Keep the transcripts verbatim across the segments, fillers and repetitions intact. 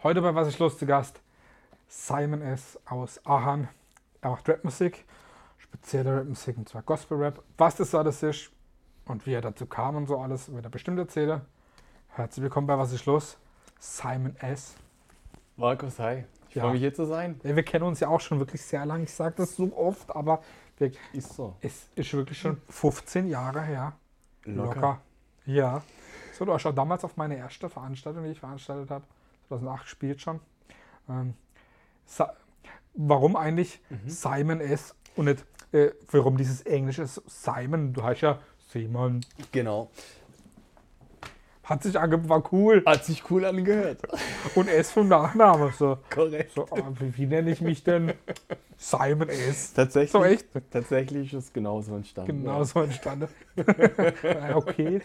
Heute bei Was ist los zu Gast Simon S. aus Aachen. Er macht Rapmusik, spezielle Rapmusik und zwar Gospel-Rap. Was das alles ist und wie er dazu kam und so alles, wird er bestimmt erzählen. Herzlich willkommen bei Was ist los, Simon S. Markus, hi. Ich Ja. freue mich hier zu sein. Ja, wir kennen uns ja auch schon wirklich sehr lang. Ich sage das so oft, aber wir, Ist so. es ist wirklich schon fünfzehn Jahre her. Locker. Ja. So, du hast auch damals auf meine erste Veranstaltung, die ich veranstaltet habe, zweitausendacht gespielt schon. Ähm, Sa- warum eigentlich Mhm. Simon S. und nicht, äh, warum dieses englische Simon? Du heißt ja Simon. Genau. Hat sich angegeben, war cool. Hat sich cool angehört. Und S vom Nachname. So, Korrekt. so ah, wie, wie nenne ich mich denn? Simon S. Tatsächlich, So echt? tatsächlich ist es genauso entstanden. Genau Ja. so entstanden. Ja, okay.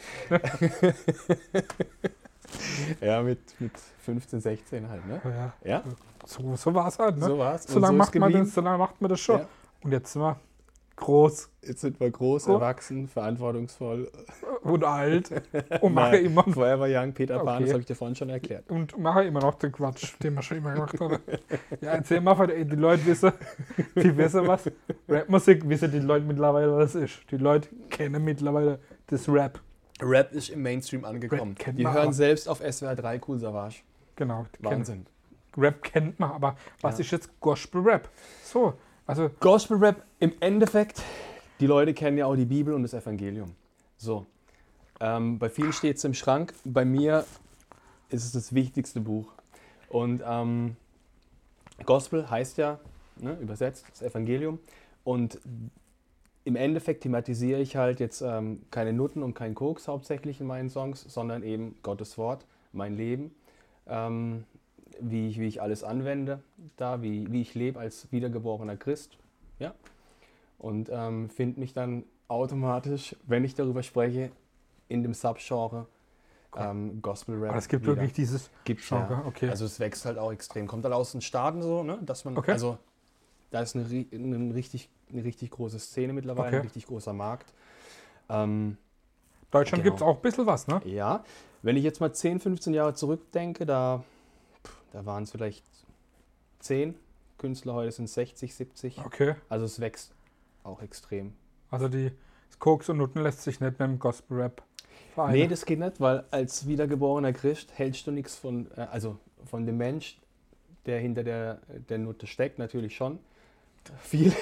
Ja, mit, mit fünfzehn, sechzehn halt, ne? Ja, Ja, so, so war es halt. Ne? so war's. So Und lange so ist macht, man geblieben. das- so lange macht man das schon. Ja. Und jetzt sind wir groß Jetzt sind wir groß, Groß. erwachsen, verantwortungsvoll. und alt und mache Nein, immer, Forever Young, Peter Pan, Okay. das habe ich dir vorhin schon erklärt. und mache immer noch den Quatsch, den wir schon immer gemacht haben. Ja, erzähl mal, weil die Leute wissen, die wissen was. Rapmusik wissen die Leute mittlerweile, was es ist. Die Leute kennen mittlerweile das Rap. Rap ist im Mainstream angekommen. Rap kennt Die man hören aber. selbst auf S W R drei Cool Savage. Genau. die kennen- Wahnsinn. Rap kennt man, aber was Ja. ist jetzt Gospel-Rap? So, also Gospel Rap im Endeffekt, die Leute kennen ja auch die Bibel und das Evangelium. So. Ähm, bei vielen steht es im Schrank, bei mir ist es das wichtigste Buch. Und ähm, Gospel heißt ja, ne, übersetzt, das Evangelium. Und im Endeffekt thematisiere ich halt jetzt ähm, keine Nutten und kein Koks hauptsächlich in meinen Songs, sondern eben Gottes Wort, mein Leben, ähm, wie, ich, wie ich alles anwende, da, wie, wie ich lebe als wiedergeborener Christ. Ja? Und ähm, finde mich dann automatisch, wenn ich darüber spreche, in dem Subgenre ähm, Gospel Rap. aber es gibt wieder. wirklich dieses Gibt's, Genre, ja. okay. Also es wächst halt auch extrem. Kommt halt aus den Staaten so, ne? Dass man, Okay. also da ist eine, ri- eine, richtig, eine richtig große Szene mittlerweile, Okay. ein richtig großer Markt. Ähm, Deutschland genau. gibt es auch ein bisschen was, ne? ja, wenn ich jetzt mal zehn, fünfzehn Jahre zurückdenke, da, pff, da waren es vielleicht zehn Künstler, heute sind es sechzig, siebzig. Okay. Also es wächst auch extrem. Also die Koks und Nutten lässt sich nicht mit dem Gospel-Rap vereinen. Nee, das geht nicht, weil als wiedergeborener Christ hältst du nichts von, äh, also von dem Mensch, der hinter der, der Nutte steckt, natürlich schon. Viel.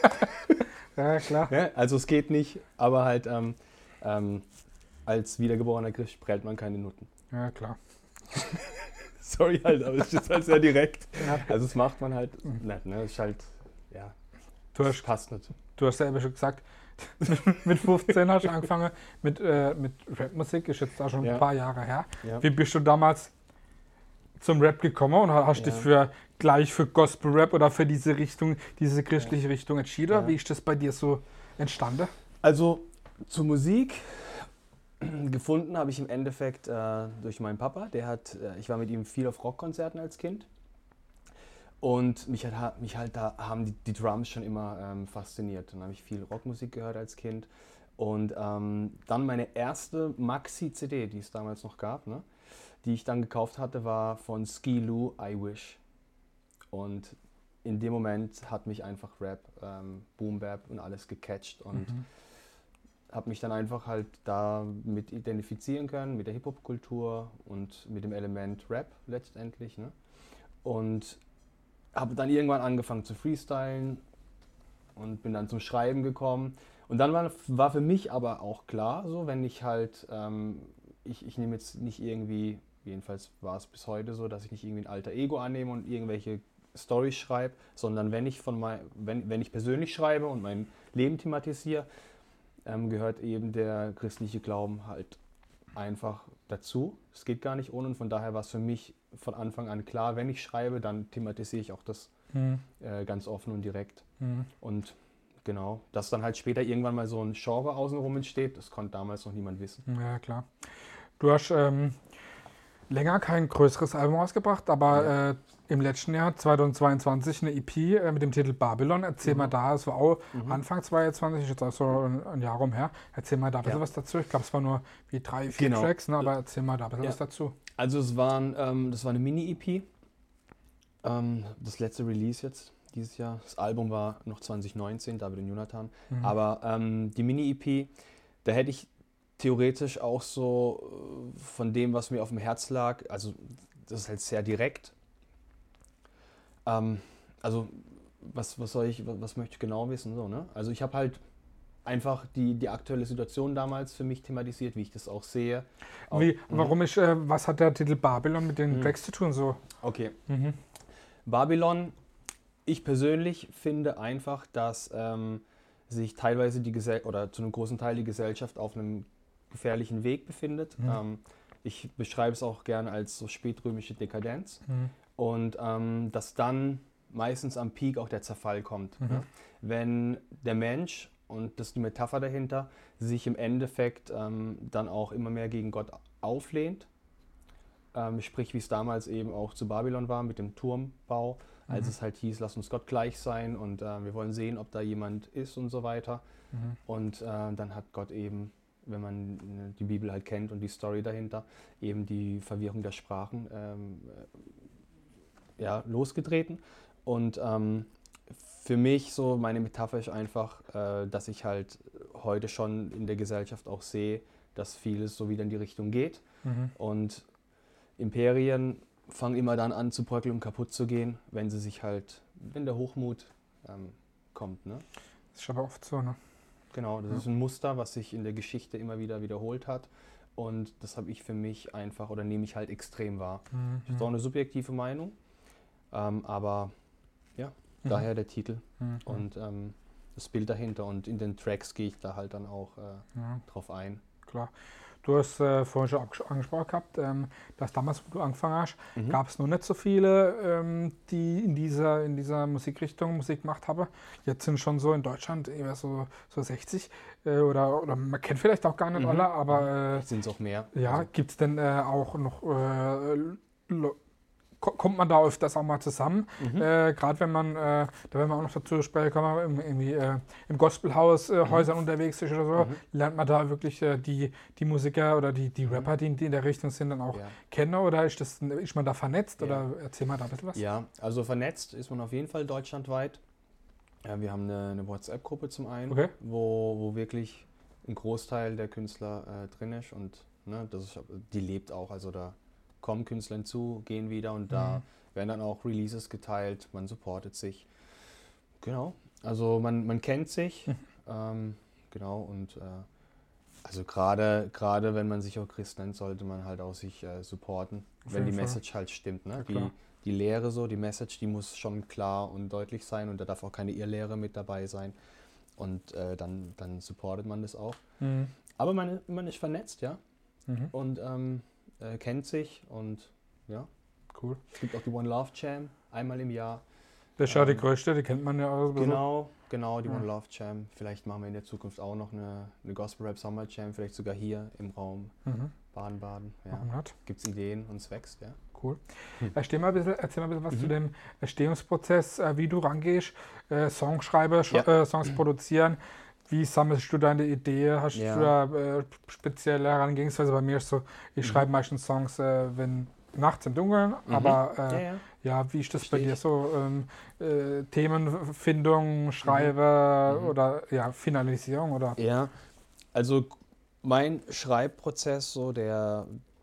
Ja, klar. Ja, also es geht nicht, aber halt ähm, ähm, als wiedergeborener Christ prellt man keine Nutten. Ja, klar. Sorry halt, aber es ist halt sehr direkt. Ja. Also das macht man halt nicht, ne? Das ist halt, ja, Du das hast, passt nicht. du hast selber schon gesagt, mit fünfzehn hast du angefangen mit, äh, mit Rapmusik, ist jetzt da schon Ja. ein paar Jahre her. Ja. Wie bist du damals zum Rap gekommen und hast Ja. dich für gleich für Gospel-Rap oder für diese Richtung, diese christliche Richtung entschieden? Ja. Wie ist das bei dir so entstanden? Also zur Musik gefunden habe ich im Endeffekt äh, durch meinen Papa. Der hat, äh, ich war mit ihm viel auf Rockkonzerten als Kind. Und mich, hat, mich halt da haben die, die Drums schon immer ähm, fasziniert. Dann habe ich viel Rockmusik gehört als Kind. Und ähm, dann meine erste Maxi-C D, die es damals noch gab, ne, die ich dann gekauft hatte, war von Ski Lou, I Wish. Und in dem Moment hat mich einfach Rap, ähm, Boom Bap und alles gecatcht und Mhm. habe mich dann einfach halt damit identifizieren können, mit der Hip-Hop-Kultur und mit dem Element Rap letztendlich. Ne? Und habe dann irgendwann angefangen zu freestylen und bin dann zum Schreiben gekommen. Und dann war, war für mich aber auch klar, so wenn ich halt, ähm, ich, ich nehme jetzt nicht irgendwie, jedenfalls war es bis heute so, dass ich nicht irgendwie ein alter Ego annehme und irgendwelche Storys schreibe, sondern wenn ich, von mein, wenn, wenn ich persönlich schreibe und mein Leben thematisiere, ähm, gehört eben der christliche Glauben halt einfach dazu. Es geht gar nicht ohne und von daher war es für mich von Anfang an klar, wenn ich schreibe, dann thematisiere ich auch das Mhm. äh, ganz offen und direkt. Mhm. Und genau, dass dann halt später irgendwann mal so ein Genre außenrum entsteht, das konnte damals noch niemand wissen. Ja, klar. Du hast ähm, länger kein größeres Album rausgebracht, aber Ja. äh, im letzten Jahr, zweitausendzweiundzwanzig, eine E P äh, mit dem Titel Babylon. Erzähl Mhm. mal da, es war auch Mhm. Anfang zweitausendzweiundzwanzig, ist jetzt auch so ein, ein Jahr rumher. Erzähl mal da ein bisschen Ja. was dazu. Ich glaube, es war nur wie drei, vier Genau. Tracks, ne, aber erzähl mal da ein bisschen Ja. was dazu. Also es waren, ähm, das war eine Mini-E P Ähm, das letzte Release jetzt dieses Jahr. Das Album war noch zwanzig neunzehn, David und Jonathan. Mhm. Aber ähm, die Mini-E P, da hätte ich theoretisch auch so äh, von dem, was mir auf dem Herz lag, also das ist halt sehr direkt. Ähm, also was, was soll ich, was, was möchte ich genau wissen? So, ne? Also ich habe halt einfach die, die aktuelle Situation damals für mich thematisiert, wie ich das auch sehe. Auch, Wie, mhm. warum ist, äh, was hat der Titel Babylon mit den Mhm. Tracks zu tun? So? Okay. Mhm. Babylon, ich persönlich finde einfach, dass ähm, sich teilweise die Gesell oder zu einem großen Teil die Gesellschaft auf einem gefährlichen Weg befindet. Mhm. Ähm, ich beschreibe es auch gerne als so spätrömische Dekadenz. Mhm. Und ähm, dass dann meistens am Peak auch der Zerfall kommt. Mhm. Ne? Wenn der Mensch, und das ist die Metapher dahinter, sich im Endeffekt ähm, dann auch immer mehr gegen Gott auflehnt. Ähm, sprich, wie es damals eben auch zu Babylon war mit dem Turmbau, als Mhm. es halt hieß, lass uns Gott gleich sein und äh, wir wollen sehen, ob da jemand ist und so weiter. Mhm. Und äh, dann hat Gott eben, wenn man äh, die Bibel halt kennt und die Story dahinter, eben die Verwirrung der Sprachen ähm, äh, ja, losgetreten. Und ähm, für mich so meine Metapher ist einfach, äh, dass ich halt heute schon in der Gesellschaft auch sehe, dass vieles so wieder in die Richtung geht. Mhm. Und Imperien fangen immer dann an zu bröckeln und kaputt zu gehen, wenn sie sich halt, wenn der Hochmut ähm, kommt. Ne? Das ist aber oft so, ne? Genau, das Ja. ist ein Muster, was sich in der Geschichte immer wieder wiederholt hat. Und das habe ich für mich einfach oder nehme ich halt extrem wahr. Mhm. Das ist auch eine subjektive Meinung, ähm, aber ja, Mhm. daher der Titel Mhm. und ähm, das Bild dahinter. Und in den Tracks gehe ich da halt dann auch äh, Ja, drauf ein. klar. Du hast äh, vorhin schon anges- angesprochen gehabt, ähm, dass damals, wo du angefangen hast, Mhm. gab es noch nicht so viele, ähm, die in dieser, in dieser Musikrichtung Musik gemacht haben. Jetzt sind schon so in Deutschland eher so, so sechzig äh, oder, oder man kennt vielleicht auch gar nicht Mhm. alle, aber Vielleicht sind es auch mehr. äh, ja, Also, gibt es denn äh, auch noch, äh, Lo- ko- kommt man da öfters auch mal zusammen? mhm. Äh, Gerade wenn man, äh, da werden wir auch noch dazu sprechen, kann man im, irgendwie, äh, im Gospelhaus äh, Mhm. Häusern unterwegs ist oder so, Mhm. lernt man da wirklich äh, die, die Musiker oder die, die Mhm. Rapper, die, die in der Richtung sind, dann auch Ja. kennen oder ist, das, ist man da vernetzt Ja. oder erzähl mal da ein bisschen was? Ja, also vernetzt ist man auf jeden Fall deutschlandweit. Ja, wir haben eine, eine WhatsApp-Gruppe zum einen, Okay. wo, wo wirklich ein Großteil der Künstler äh, drin ist und ne, das ist, die lebt auch. Also da kommen Künstler hinzu, gehen wieder und da Mhm. werden dann auch Releases geteilt, man supportet sich. Genau, also man, man kennt sich, Mhm. ähm, genau und äh, also gerade gerade wenn man sich auch Christ nennt, sollte man halt auch sich äh, supporten, Auf wenn die jeden Fall. Message halt stimmt. Ne? Ja, klar. die, die Lehre so, die Message, die muss schon klar und deutlich sein und da darf auch keine Irrlehre mit dabei sein. Und äh, dann, dann supportet man das auch. Mhm. Aber man, man ist vernetzt, ja, Mhm. und ähm, äh, kennt sich und ja. Cool. Es gibt auch die One Love Jam, einmal im Jahr. Das ist ja die Ähm, größte, die kennt man ja auch. so. Genau, genau, die Ja. One Love Jam. Vielleicht machen wir in der Zukunft auch noch eine, eine Gospel Rap Summer Jam, vielleicht sogar hier im Raum Mhm. Baden-Baden. Ja. Warum nicht? Gibt es Ideen und es wächst, ja. Cool. Hm. Erzähl mal ein bisschen, erzähl mal ein bisschen was Mhm. zu dem Entstehungsprozess, äh, wie du rangehst, äh, Songs schreiben, Sch Ja. äh, Songs produzieren. Wie sammelst du deine Idee? Hast Ja. du da äh, spezielle Herangehensweise? Bei mir ist so, ich Mhm. schreibe meistens Songs, äh, wenn nachts im Dunkeln, Mhm. aber Ja, äh, ja. ja, wie ist das Versteh bei dir ich. so? Ähm, äh, Themenfindung, Schreiben Mhm. oder ja, Finalisierung oder? Ja, also mein Schreibprozess, so der,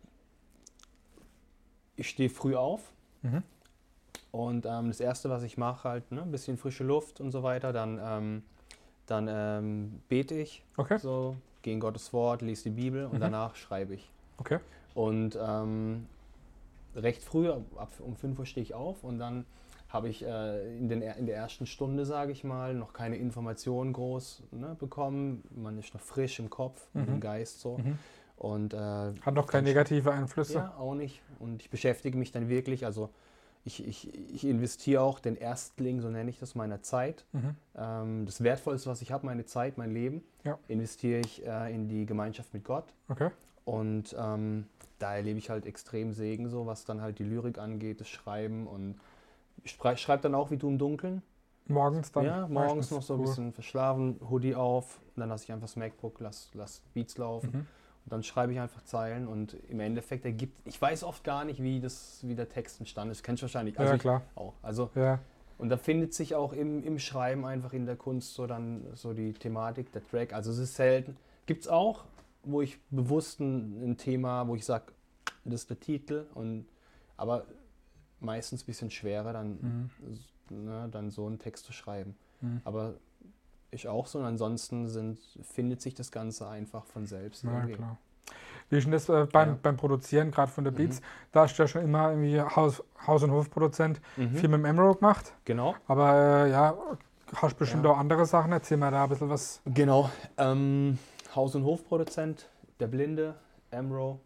ich stehe früh auf Mhm. und ähm, das Erste, was ich mache, halt ne, ein bisschen frische Luft und so weiter, dann, ähm, dann ähm, bete ich, Okay, so, gehe in Gottes Wort, lese die Bibel und Mhm. danach schreibe ich. okay. Und ähm, recht früh, ab um fünf Uhr stehe ich auf und dann habe ich äh, in, den, in der ersten Stunde, sage ich mal, noch keine Informationen groß ne, bekommen. Man ist noch frisch im Kopf und Mhm. im Geist so. Mhm. Und, äh, Hat noch keine dann- negative Einflüsse? Ja, auch nicht. Und ich beschäftige mich dann wirklich, also ich, ich, ich investiere auch den Erstling, so nenne ich das, meiner Zeit. Mhm. Ähm, das Wertvollste, was ich habe, meine Zeit, mein Leben, Ja. investiere ich äh, in die Gemeinschaft mit Gott. Okay. Und ähm, da erlebe ich halt extrem Segen, so was dann halt die Lyrik angeht, das Schreiben. Und ich schreibe dann auch wie du im Dunkeln. Morgens dann? Ja, morgens meistens. noch so ein Cool. bisschen verschlafen, Hoodie auf, und dann lasse ich einfach das MacBook, lass, lass Beats laufen. Mhm. Dann schreibe ich einfach Zeilen und im Endeffekt ergibt, ich weiß oft gar nicht, wie, das, wie der Text entstanden ist. Kennst du wahrscheinlich. Also ja, klar. Auch. Also, Ja. und da findet sich auch im, im Schreiben einfach in der Kunst so dann so die Thematik, der Track. Also es ist selten. Gibt es auch, wo ich bewusst ein, ein Thema, wo ich sage, das ist der Titel, und aber meistens ein bisschen schwerer, dann, mhm. ne, dann so einen Text zu schreiben. Mhm. Aber ich auch so, und ansonsten sind, findet sich das Ganze einfach von selbst. Ja, irgendwie. klar. Wie ist denn das äh, beim, Ja. beim Produzieren, gerade von der Beats? Mhm. Da hast du ja schon immer irgendwie Haus-, Haus und Hofproduzent, Mhm. viel mit dem Emerald gemacht. Genau. Aber äh, ja, hast bestimmt Ja. auch andere Sachen. Erzähl mal da ein bisschen was. Genau. Ähm, Haus- und Hofproduzent, der Blinde, Emro.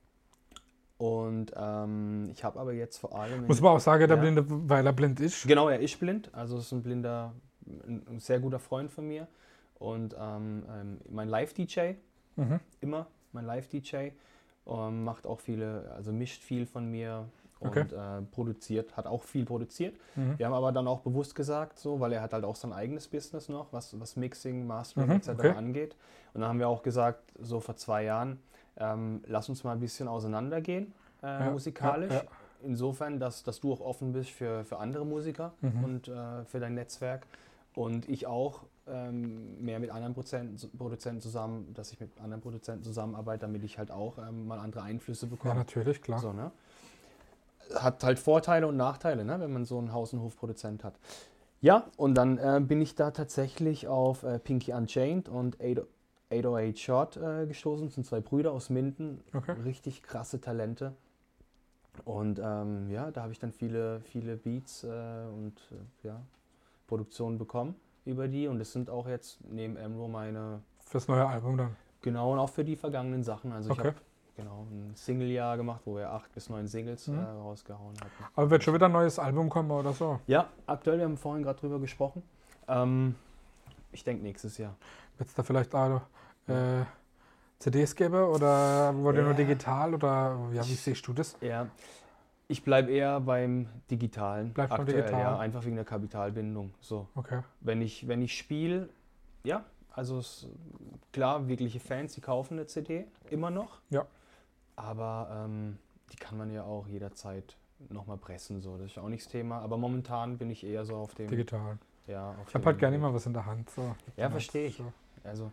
Und ähm, ich habe aber jetzt vor allem... Muss man auch sagen, der ja. Blinde, weil er blind ist. Genau, er ist blind. Also ist ein blinder, ein, ein sehr guter Freund von mir. Und ähm, ähm, mein Live-D J, Mhm. immer mein Live-D J, ähm, macht auch viele, also mischt viel von mir und Okay. äh, produziert, hat auch viel produziert. Mhm. Wir haben aber dann auch bewusst gesagt, so, weil er hat halt auch sein eigenes Business noch, was, was Mixing, Mastering Mhm, et cetera okay. angeht. Und dann haben wir auch gesagt, so vor zwei Jahren, ähm, lass uns mal ein bisschen auseinandergehen, äh, Ja, musikalisch. ja, ja. Insofern, dass, dass du auch offen bist für, für andere Musiker Mhm. und äh, für dein Netzwerk. Und ich auch ähm, mehr mit anderen Prozent, Produzenten zusammen, dass ich mit anderen Produzenten zusammenarbeite, damit ich halt auch ähm, mal andere Einflüsse Ja, bekomme. natürlich, klar. So, ne? Hat halt Vorteile und Nachteile, ne, wenn man so einen Haus- und Hofproduzent hat. Ja, und dann äh, bin ich da tatsächlich auf äh, Pinky Unchained und acht oh acht Short äh, gestoßen. Das sind zwei Brüder aus Minden, Okay. richtig krasse Talente. Und ähm, ja, da habe ich dann viele, viele Beats äh, und äh, ja, Produktionen bekommen über die. Und es sind auch jetzt neben Emro meine, Fürs neue Album dann. genau, und auch für die vergangenen Sachen. Also ich Okay. habe genau ein Single-Jahr gemacht, wo wir acht bis neun Singles Mhm. äh, rausgehauen hatten. Aber wird schon wieder ein neues Album kommen oder so? Ja, aktuell, wir haben vorhin gerade drüber gesprochen. Ähm, ich denke nächstes Jahr. Wird es da vielleicht auch äh, C Ds geben oder wollt ihr Ja. nur digital oder ja, wie siehst du das? Ja, ich bleibe eher beim Digitalen. Bleibst beim aktuell, Digitalen? ja, einfach wegen der Kapitalbindung. So. Okay. Wenn ich, wenn ich spiele, ja, also es, klar, wirkliche Fans, die kaufen eine C D immer noch. Ja. Aber ähm, die kann man ja auch jederzeit nochmal pressen, so. Das ist auch nicht das Thema. Aber momentan bin ich eher so auf dem... Digital. Ja, auf Ich habe dem halt gerne Weg. immer was in der Hand. So. Ja, verstehe ich. So. Also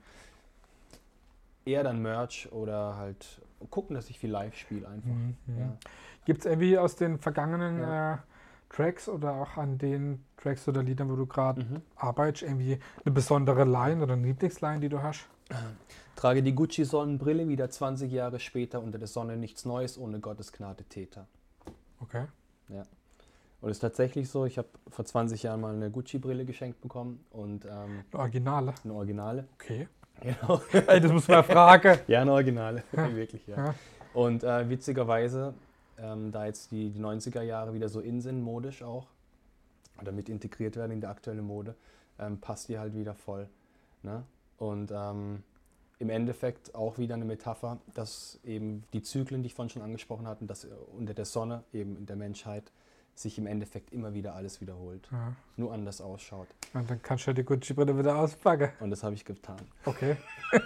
eher dann Merch oder halt gucken, dass ich viel live spiele einfach. Mhm, mhm. Ja. Gibt es irgendwie aus den vergangenen Ja. äh, Tracks oder auch an den Tracks oder Liedern, wo du gerade Mhm. arbeitest, irgendwie eine besondere Line oder eine Lieblingsline, die du hast? Trage die Gucci-Sonnenbrille wieder zwanzig Jahre später, unter der Sonne nichts Neues, ohne Gottes Gnade Täter. Okay. Und es ist tatsächlich so, ich habe vor zwanzig Jahren mal eine Gucci-Brille geschenkt bekommen und ähm, Eine Originale. eine Originale. Okay. Genau. Ey, das muss man fragen. Ja, eine Originale, Ja. wirklich, ja. Ja. Und äh, witzigerweise, ähm, da jetzt die, die neunziger Jahre wieder so in sind, modisch auch, oder mit integriert werden in die aktuelle Mode, ähm, passt die halt wieder voll. Ne? Und ähm, im Endeffekt auch wieder eine Metapher, dass eben die Zyklen, die ich vorhin schon angesprochen hatte, dass unter der Sonne eben in der Menschheit sich im Endeffekt immer wieder alles wiederholt, Ja. nur anders ausschaut. Und dann kannst du ja die Gucci-Brille wieder auspacken. Und das habe ich getan. Okay.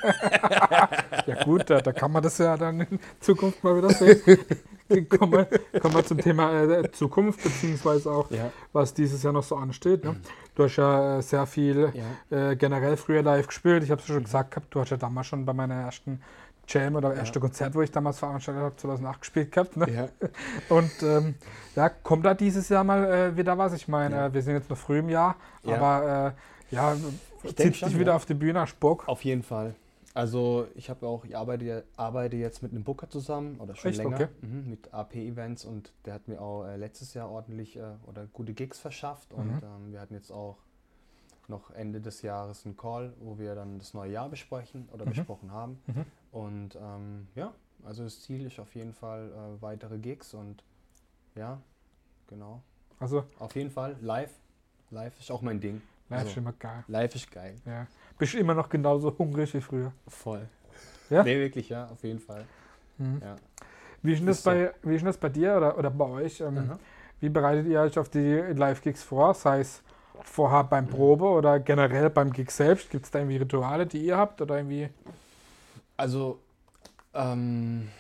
Ja gut, da, da kann man das ja dann in Zukunft mal wieder sehen. Kommen wir, kommen wir zum Thema äh, Zukunft, beziehungsweise auch, Ja, was dieses Jahr noch so ansteht. Ne? Du hast ja äh, sehr viel ja, äh, generell früher live gespielt. Ich habe es ja schon gesagt gehabt, du hast ja damals schon bei meiner ersten Jam oder Ja. erste Konzert, wo ich damals veranstaltet habe, zweitausendacht gespielt gehabt. Ne? ja. Und ähm, ja, kommt da dieses Jahr mal äh, wieder was? Ich meine, Ja. äh, wir sind jetzt noch früh im Jahr, Ja. aber äh, ja, Ich denk zieht schon, dich wieder ja. auf die Bühne, hast Bock. Auf jeden Fall. Also ich habe auch, ich arbeite, arbeite jetzt mit einem Booker zusammen oder schon Echt? länger Okay. mhm, mit A P Events, und der hat mir auch äh, letztes Jahr ordentlich äh, oder gute Gigs verschafft, und Mhm. ähm, wir hatten jetzt auch noch Ende des Jahres einen Call, wo wir dann das neue Jahr besprechen oder Mhm. besprochen haben. Mhm. Und ähm, ja, also das Ziel ist auf jeden Fall äh, weitere Gigs, und ja, genau. Also, Auf jeden Fall live. Live ist auch mein Ding. live Also, ist immer geil. live ist geil. Ja. Bist du immer noch genauso hungrig wie früher? Voll. Ja? Nee, wirklich, ja, auf jeden Fall. Mhm. Ja. Wie ist denn das, Ist so. bei, wie ist denn das bei dir oder, oder bei euch? Ähm, Aha. wie bereitet ihr euch auf die Live-Gigs vor? Sei es vorher beim Probe oder generell beim Gig selbst? Gibt es da irgendwie Rituale, die ihr habt? Oder irgendwie? Also Ähm,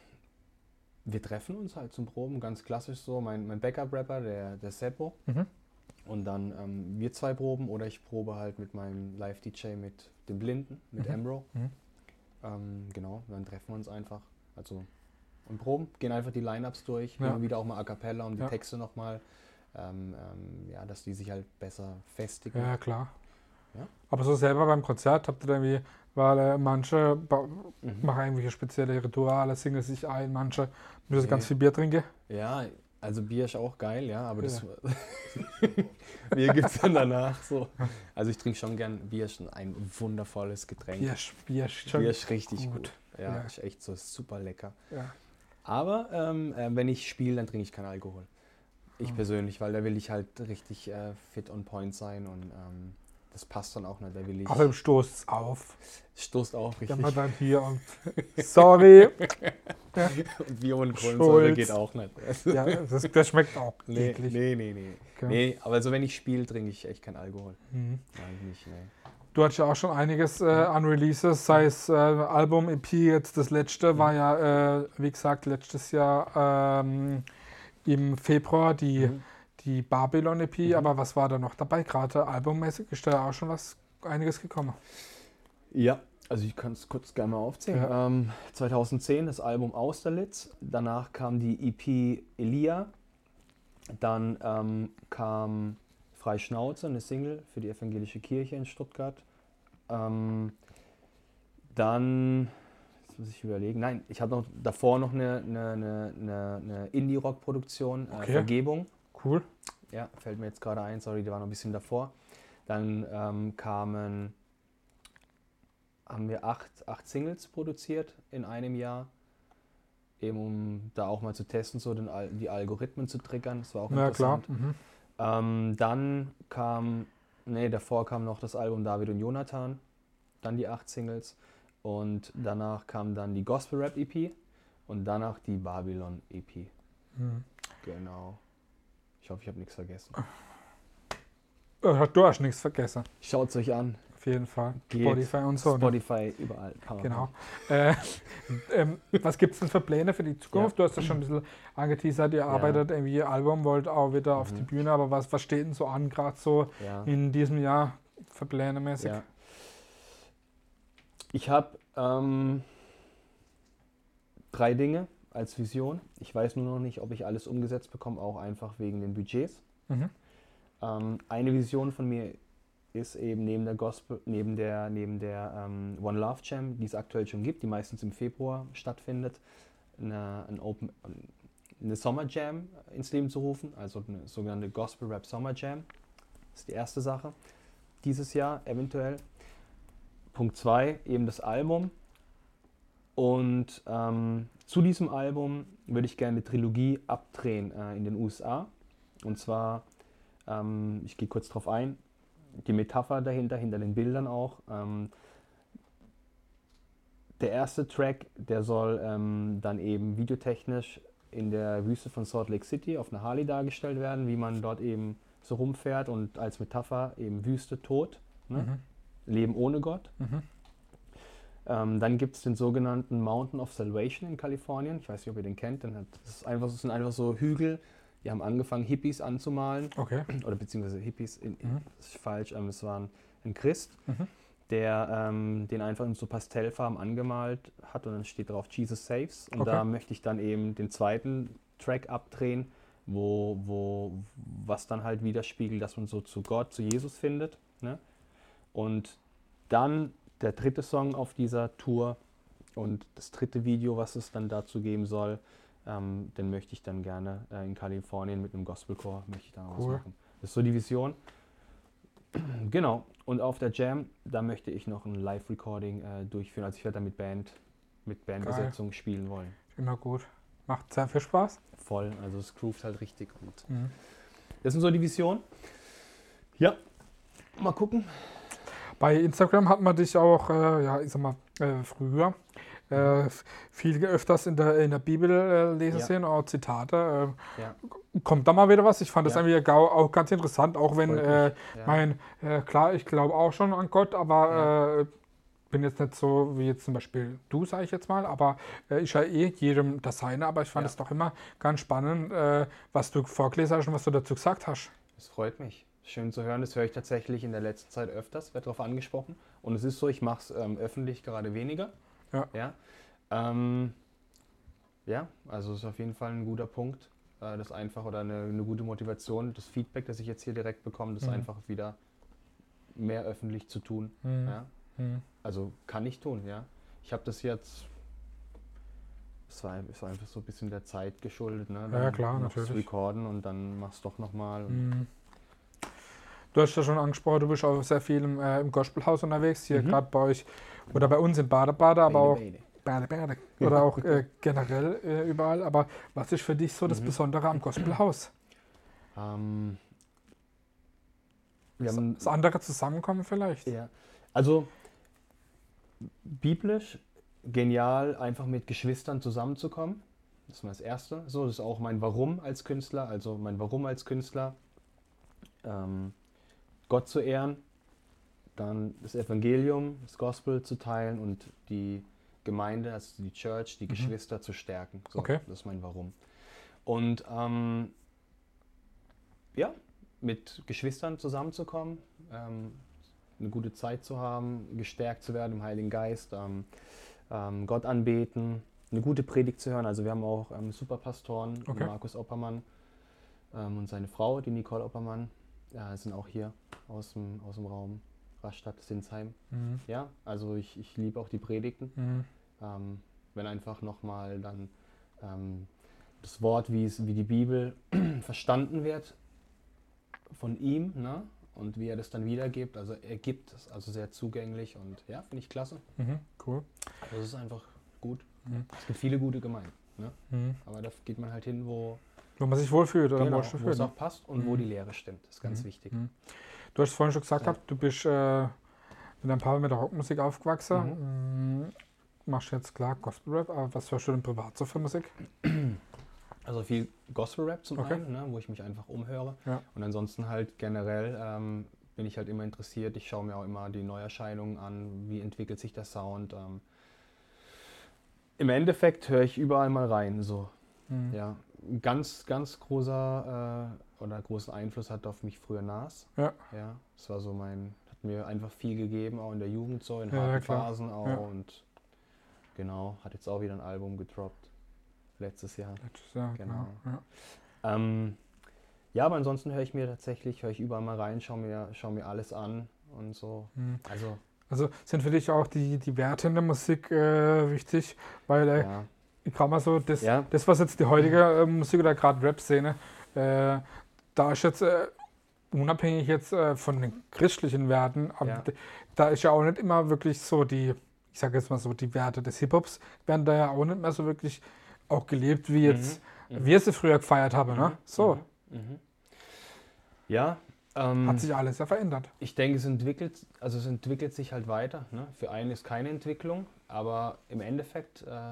wir treffen uns halt zum Proben, ganz klassisch so. Mein, mein Backup-Rapper, der, der Seppo. Mhm. Und dann ähm, wir zwei proben oder ich probe halt mit meinem Live-D J, mit dem Blinden, mit Mhm. Emro. Mhm. Ähm, genau, dann treffen wir uns einfach. Also und proben, gehen einfach die Line-Ups durch, Ja. immer wieder auch mal a cappella, um die Ja. Texte nochmal, ähm, ähm, ja, dass die sich halt besser festigen. Ja, klar. Ja. Aber so selber beim Konzert habt ihr da irgendwie, weil äh, manche ba- Mhm. machen irgendwelche spezielle Rituale, singen sich ein, manche müssen Nee. ganz viel Bier trinken. Ja, also Bier ist auch geil, ja, aber das Ja. Bier gibt es dann danach so. Also ich trinke schon gern Bier, ist ein wundervolles Getränk. Bier, ist- Bier ist schon Bier ist richtig gut. gut. Ja, Ja. ist echt so super lecker. Ja. Aber ähm, äh, wenn ich spiele, dann trinke ich keinen Alkohol. Ich Mhm. persönlich, weil da will ich halt richtig äh, fit on point sein und ähm, das passt dann auch nicht. Da will ich. Außerdem stoßt es auf. Stoßt auch Wenn richtig. man dann hier und sorry. Ja, Und Bier und Kohlensäure Schulz. geht auch nicht. ja das, das schmeckt auch Nee, eklig. nee, nee, nee. Okay. Nee, aber so wenn ich spiele, trinke ich echt keinen Alkohol. Mhm. Nein, nicht, nee. Du hattest ja auch schon einiges äh, an Releases, sei es äh, Album, E P, jetzt das letzte war ja, äh, wie gesagt, letztes Jahr ähm, im Februar die, Mhm. die Babylon E P, Mhm. aber was war da noch dabei? Gerade albummäßig ist da auch schon was, einiges gekommen. Ja, also ich kann es kurz gerne mal aufzählen. Ja. Ähm, zweitausendzehn das Album Austerlitz, danach kam die E P Elia, dann ähm, kam Freischnauze, eine Single für die evangelische Kirche in Stuttgart. Ähm, dann, jetzt muss ich überlegen, nein, ich hatte noch davor noch eine, eine, eine, eine, eine Indie-Rock-Produktion, äh, Okay. Vergebung. Cool. Ja, fällt mir jetzt gerade ein, sorry, die war noch ein bisschen davor. Dann ähm, kamen, haben wir acht, acht Singles produziert in einem Jahr, eben um da auch mal zu testen, so den, Al- die Algorithmen zu triggern, das war auch Ja, klar. interessant. Mhm. Ähm, dann kam, nee, davor kam noch das Album David und Jonathan, dann die acht Singles und danach kam dann die Gospel Rap E P und danach die Babylon E P. Mhm. Genau. Ich hoffe, ich habe nichts vergessen. Äh, Du hast nichts vergessen, Schaut es euch an. auf jeden Fall. Geht. Spotify und so. Ne? Spotify, überall. Kann man Genau. machen. Äh, ähm, was gibt es denn für Pläne für die Zukunft? Du hast ja schon ein bisschen angeteasert, ihr arbeitet irgendwie Album, wollt auch wieder auf Mhm. die Bühne, aber was, was steht denn so an, gerade so Ja. in diesem Jahr für Pläne mäßig? Ja. Ich habe ähm, drei Dinge als Vision. Ich weiß nur noch nicht, ob ich alles umgesetzt bekomme, auch einfach wegen den Budgets. Mhm. Ähm, eine Vision von mir ist eben neben der Gospel, neben der, neben der ähm, One Love Jam, die es aktuell schon gibt, die meistens im Februar stattfindet, eine, ein Open, eine Summer Jam ins Leben zu rufen, also eine sogenannte Gospel Rap Summer Jam. Das ist die erste Sache. Dieses Jahr eventuell. Punkt zwei, eben das Album. Und ähm, zu diesem Album würde ich gerne eine Trilogie abdrehen äh, in den U S A. Und zwar, ähm, ich gehe kurz drauf ein, die Metapher dahinter, hinter den Bildern auch. Ähm, der erste Track, der soll ähm, dann eben videotechnisch in der Wüste von Salt Lake City auf einer Harley dargestellt werden, wie man dort eben so rumfährt und als Metapher eben Wüste, Tod, ne? Mhm. Leben ohne Gott. Mhm. Ähm, dann gibt es den sogenannten Mountain of Salvation in Kalifornien. Ich weiß nicht, ob ihr den kennt. Das, ist einfach, das sind einfach so Hügel, die haben angefangen, Hippies anzumalen. Okay. Oder beziehungsweise Hippies, in, in, Mhm. das ist falsch, ähm, es war ein, ein Christ, Mhm. der ähm, den einfach in so Pastellfarben angemalt hat und dann steht drauf Jesus Saves. Und Okay. da möchte ich dann eben den zweiten Track abdrehen, wo, wo was dann halt widerspiegelt, dass man so zu Gott, zu Jesus findet. Ne? Und dann der dritte Song auf dieser Tour und das dritte Video, was es dann dazu geben soll, ähm, den möchte ich dann gerne äh, in Kalifornien mit einem Gospelchor möchte ich dann auch was Cool. machen. Das ist so die Vision. Genau. Und auf der Jam, da möchte ich noch ein Live-Recording äh, durchführen. Also ich werde da mit Band, mit Bandbesetzung spielen wollen. Immer gut. Macht sehr viel Spaß. Voll. Also es groovt halt richtig gut. Mhm. Das sind so die Visionen. Ja. Mal gucken. Bei Instagram hat man dich auch, äh, ja, ich sag mal, äh, früher äh, f- viel öfters in der, in der Bibel äh, lesen Ja. sehen, auch Zitate. Äh, Ja. Kommt da mal wieder was? Ich fand das Ja. irgendwie gau- auch ganz interessant, auch wenn, Freut äh, mich. Ja. mein, äh, klar, ich glaube auch schon an Gott, aber Ja. äh, bin jetzt nicht so wie jetzt zum Beispiel du, sage ich jetzt mal, aber äh, ich ja eh jedem das seine, aber ich fand Ja. es doch immer ganz spannend, äh, was du vorgelesen hast und was du dazu gesagt hast. Das freut mich. Schön zu hören, das höre ich tatsächlich in der letzten Zeit öfters, wird darauf angesprochen. Und es ist so, ich mache es ähm, öffentlich gerade weniger. Ja. Ja, ähm, ja, also es ist auf jeden Fall ein guter Punkt, äh, das einfach oder eine, eine gute Motivation, das Feedback, das ich jetzt hier direkt bekomme, das Mhm. einfach wieder mehr öffentlich zu tun. Mhm. Ja. Mhm. Also kann ich tun, ja. Ich habe das jetzt, es war, es war einfach so ein bisschen der Zeit geschuldet, ne? Ja, klar, noch natürlich. Das Recorden und dann machst du doch nochmal. Mhm. Du hast ja schon angesprochen, du bist auch sehr viel im, äh, im Gospelhaus unterwegs, hier Mhm. gerade bei euch oder bei uns in Bade-Bade, aber auch Bade, Bade, Bade. Oder auch äh, generell äh, überall. Aber was ist für dich so das Mhm. Besondere am Gospelhaus? Ähm, wir Das, haben, das andere Zusammenkommen vielleicht? ja, also biblisch genial, einfach mit Geschwistern zusammenzukommen. Das war das Erste. So, das ist auch mein Warum als Künstler. Also mein Warum als Künstler, ähm, Gott zu ehren, dann das Evangelium, das Gospel zu teilen und die Gemeinde, also die Church, die Mhm. Geschwister zu stärken. So, Okay. das ist mein Warum. Und ähm, ja, mit Geschwistern zusammenzukommen, ähm, eine gute Zeit zu haben, gestärkt zu werden im Heiligen Geist, ähm, ähm, Gott anbeten, eine gute Predigt zu hören. Also wir haben auch ähm, Superpastoren, Okay. Markus Oppermann ähm, und seine Frau, die Nicole Oppermann, ja, sind auch hier aus dem, aus dem Raum Rastatt-Sinsheim. Mhm. Ja, also ich, ich liebe auch die Predigten. Mhm. Ähm, wenn einfach nochmal dann ähm, das Wort, wie, es, wie die Bibel verstanden wird von ihm, ne? Und wie er das dann wiedergibt. Also er gibt es, also sehr zugänglich und ja, finde ich klasse. Mhm. Cool. Also es ist einfach gut. Mhm. Es gibt viele gute Gemeinden, ne? Mhm. Aber da geht man halt hin, wo, Wo man sich wohlfühlt oder genau, wo es wo fühlt, es ne? auch passt und wo Mhm. die Lehre stimmt. Das ist ganz Mhm. wichtig. Mhm. Du hast vorhin schon gesagt, Ja. gehabt, du bist äh, mit deinem Papa mit der Rockmusik aufgewachsen. Mhm. Machst jetzt klar Gospel-Rap, aber was hörst du denn privat so für Musik? Also viel Gospel-Rap zum Okay. einen, ne, wo ich mich einfach umhöre. Ja. Und ansonsten halt generell ähm, bin ich halt immer interessiert. Ich schaue mir auch immer die Neuerscheinungen an, wie entwickelt sich der Sound. Ähm. Im Endeffekt höre ich überall mal rein. So. Mhm. Ja. Ein ganz, ganz großer äh, oder großen Einfluss hat auf mich früher Nas. Ja. Ja. Das war so mein, hat mir einfach viel gegeben, auch in der Jugend so, in Ja, harten klar. Phasen auch. Ja. Und genau, hat jetzt auch wieder ein Album gedroppt. Letztes Jahr. Letztes Jahr, Genau. genau. Ja. Ähm, ja, aber ansonsten höre ich mir tatsächlich, höre ich überall mal rein, schaue mir, schau mir alles an und so. Mhm. Also, Also sind für dich auch die, die Werte in der Musik äh, wichtig, weil äh, ja. ich kann mal so, das, Ja. das was jetzt die heutige äh, Musik oder gerade Rap-Szene, äh, da ist jetzt äh, unabhängig jetzt äh, von den christlichen Werten, aber Ja. d- da ist ja auch nicht immer wirklich so die, ich sage jetzt mal so, die Werte des Hip-Hops werden da ja auch nicht mehr so wirklich auch gelebt, wie jetzt Mhm. wir sie früher gefeiert haben. Ne? Mhm. So, Mhm. Mhm. Ja, ähm, hat sich alles ja verändert. ich denke, es entwickelt, also es entwickelt sich halt weiter. Ne? Für einen ist keine Entwicklung, aber im Endeffekt äh,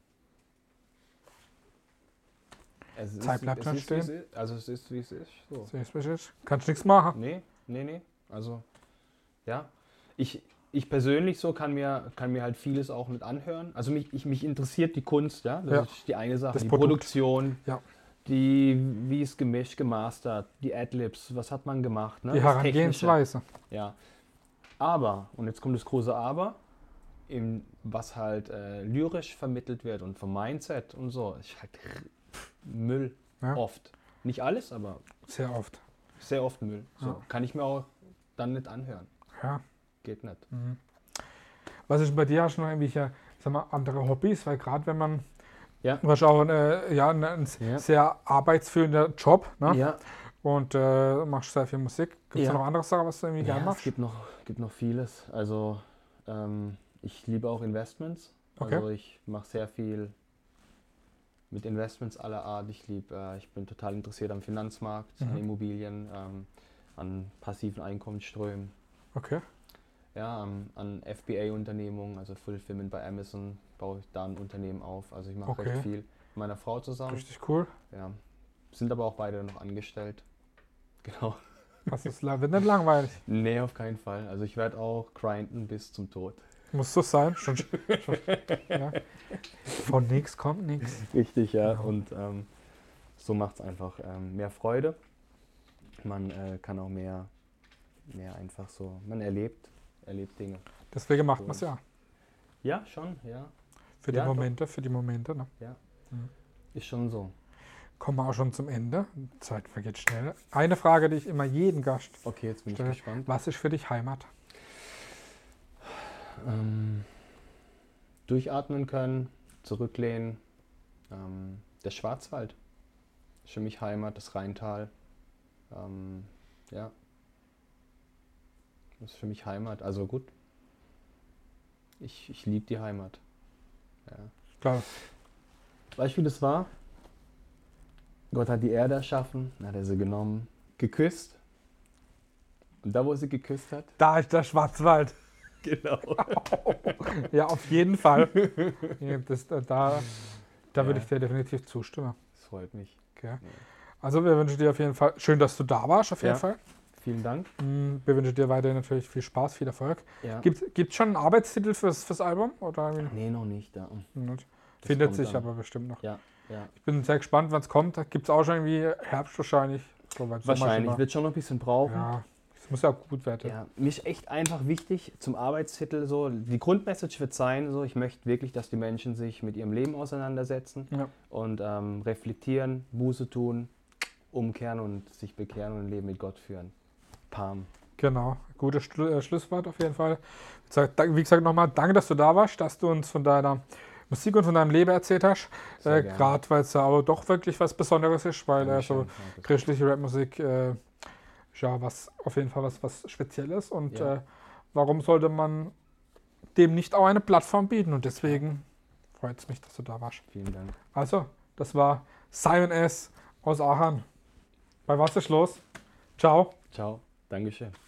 es Zeit ist, bleibt es nicht ist, wie es stehen. ist. Also es ist, wie es ist. So. So ist es ist. Kannst nichts machen. Nee, nee, nee. Also, ja. Ich, ich persönlich so kann mir, kann mir halt vieles auch nicht anhören. Also mich, ich, mich interessiert die Kunst, ja. Das Ja. ist die eine Sache. Das die Produkt. Produktion, Ja. die, wie es gemischt, gemastert, die Adlibs, was hat man gemacht, ne? Die Das Technische. Herangehensweise. Ja. Aber, und jetzt kommt das große Aber, im, was halt äh, lyrisch vermittelt wird und vom Mindset und so, ist halt Müll. Ja. Oft. Nicht alles, aber Sehr oft. sehr oft Müll. So. Ja. Kann ich mir auch dann nicht anhören. Ja. Geht nicht. Mhm. Was ist bei dir? Hast du noch irgendwelche, sag mal, andere Hobbys? Weil gerade wenn man, Ja. du hast auch eine, ja, einen Ja. sehr arbeitsführender Job, ne? Ja, Und äh, machst sehr viel Musik. Gibt es Ja. noch andere Sachen, was du irgendwie ja gerne es machst? gibt noch, gibt noch vieles. Also ähm, ich liebe auch Investments. Okay. Also ich mache sehr viel mit Investments aller Art. Ich liebe, äh, ich bin total interessiert am Finanzmarkt, an Mhm. Immobilien, ähm, an passiven Einkommensströmen, Okay. ja, an, an F B A-Unternehmungen, also Fulfillment bei Amazon, baue ich da ein Unternehmen auf. Also ich mache Okay. recht viel mit meiner Frau zusammen. Richtig cool. Ja. Sind aber auch beide noch angestellt. Genau. Das ist, la- wird nicht langweilig. Nee, auf keinen Fall. Also ich werde auch grinden bis zum Tod. Muss so sein. Schon, schon, ja. Von nichts kommt nichts. Richtig, ja. Genau. Und ähm, so macht es einfach ähm, mehr Freude. Man äh, kann auch mehr, mehr einfach so, man erlebt, erlebt Dinge. Deswegen macht man es ja. Ja, schon, ja. Für die Ja, doch. Momente, für die Momente. Ne? Ja, Mhm. ist schon so. Kommen wir auch schon zum Ende. Die Zeit vergeht schnell. Eine Frage, die ich immer jedem Gast Okay, jetzt bin stelle. ich gespannt. Was ist für dich Heimat? Ähm, durchatmen können, zurücklehnen. Ähm, der Schwarzwald ist für mich Heimat, das Rheintal. Ähm, ja, das ist für mich Heimat. Also gut, ich, ich liebe die Heimat. Ja. Klar. Weißt du, wie das war? Gott hat die Erde erschaffen, dann hat er sie genommen, geküsst. Und da, wo er sie geküsst hat, Da ist der Schwarzwald. genau. Ja, auf jeden Fall. Ja, das, da da Ja. würde ich dir definitiv zustimmen. Das freut mich. Okay. Ja. Also wir wünschen dir auf jeden Fall, schön, dass du da warst, auf jeden Ja. Fall. Vielen Dank. Mm, Wir wünschen dir weiterhin natürlich viel Spaß, viel Erfolg. Ja. Gibt es schon einen Arbeitstitel fürs, fürs Album? Oder Nee, noch nicht. Ja. nicht? Das Findet kommt sich dann. aber bestimmt noch. Ja, ja. Ich bin sehr gespannt, wann es kommt. Gibt es auch schon irgendwie Herbst wahrscheinlich? So weit Sommer Wahrscheinlich. schon Wird schon noch ein bisschen brauchen. mal. Ja, es muss ja auch gut werden. Ja, mir ist echt einfach wichtig zum Arbeitstitel so, die Grundmessage wird sein, so, ich möchte wirklich, dass die Menschen sich mit ihrem Leben auseinandersetzen Ja. und ähm, reflektieren, Buße tun, umkehren und sich bekehren und ein Leben mit Gott führen. Pam. Genau, gutes Schlu äh, Schlusswort auf jeden Fall. Wie gesagt, dank- wie gesagt nochmal, danke, dass du da warst, dass du uns von deiner Musik und von deinem Leben erzählt hast. Sehr Äh, gerne. Gerade weil es ja auch doch wirklich was Besonderes ist, weil äh, so Dankeschön. Danke. christliche Rapmusik äh, ist ja was, auf jeden Fall was, was Spezielles. Und Ja. äh, warum sollte man dem nicht auch eine Plattform bieten? Und deswegen freut es mich, dass du da warst. Vielen Dank. Also, das war Simon S. aus Aachen. Bei Was ist los? Ciao. Ciao. Dankeschön.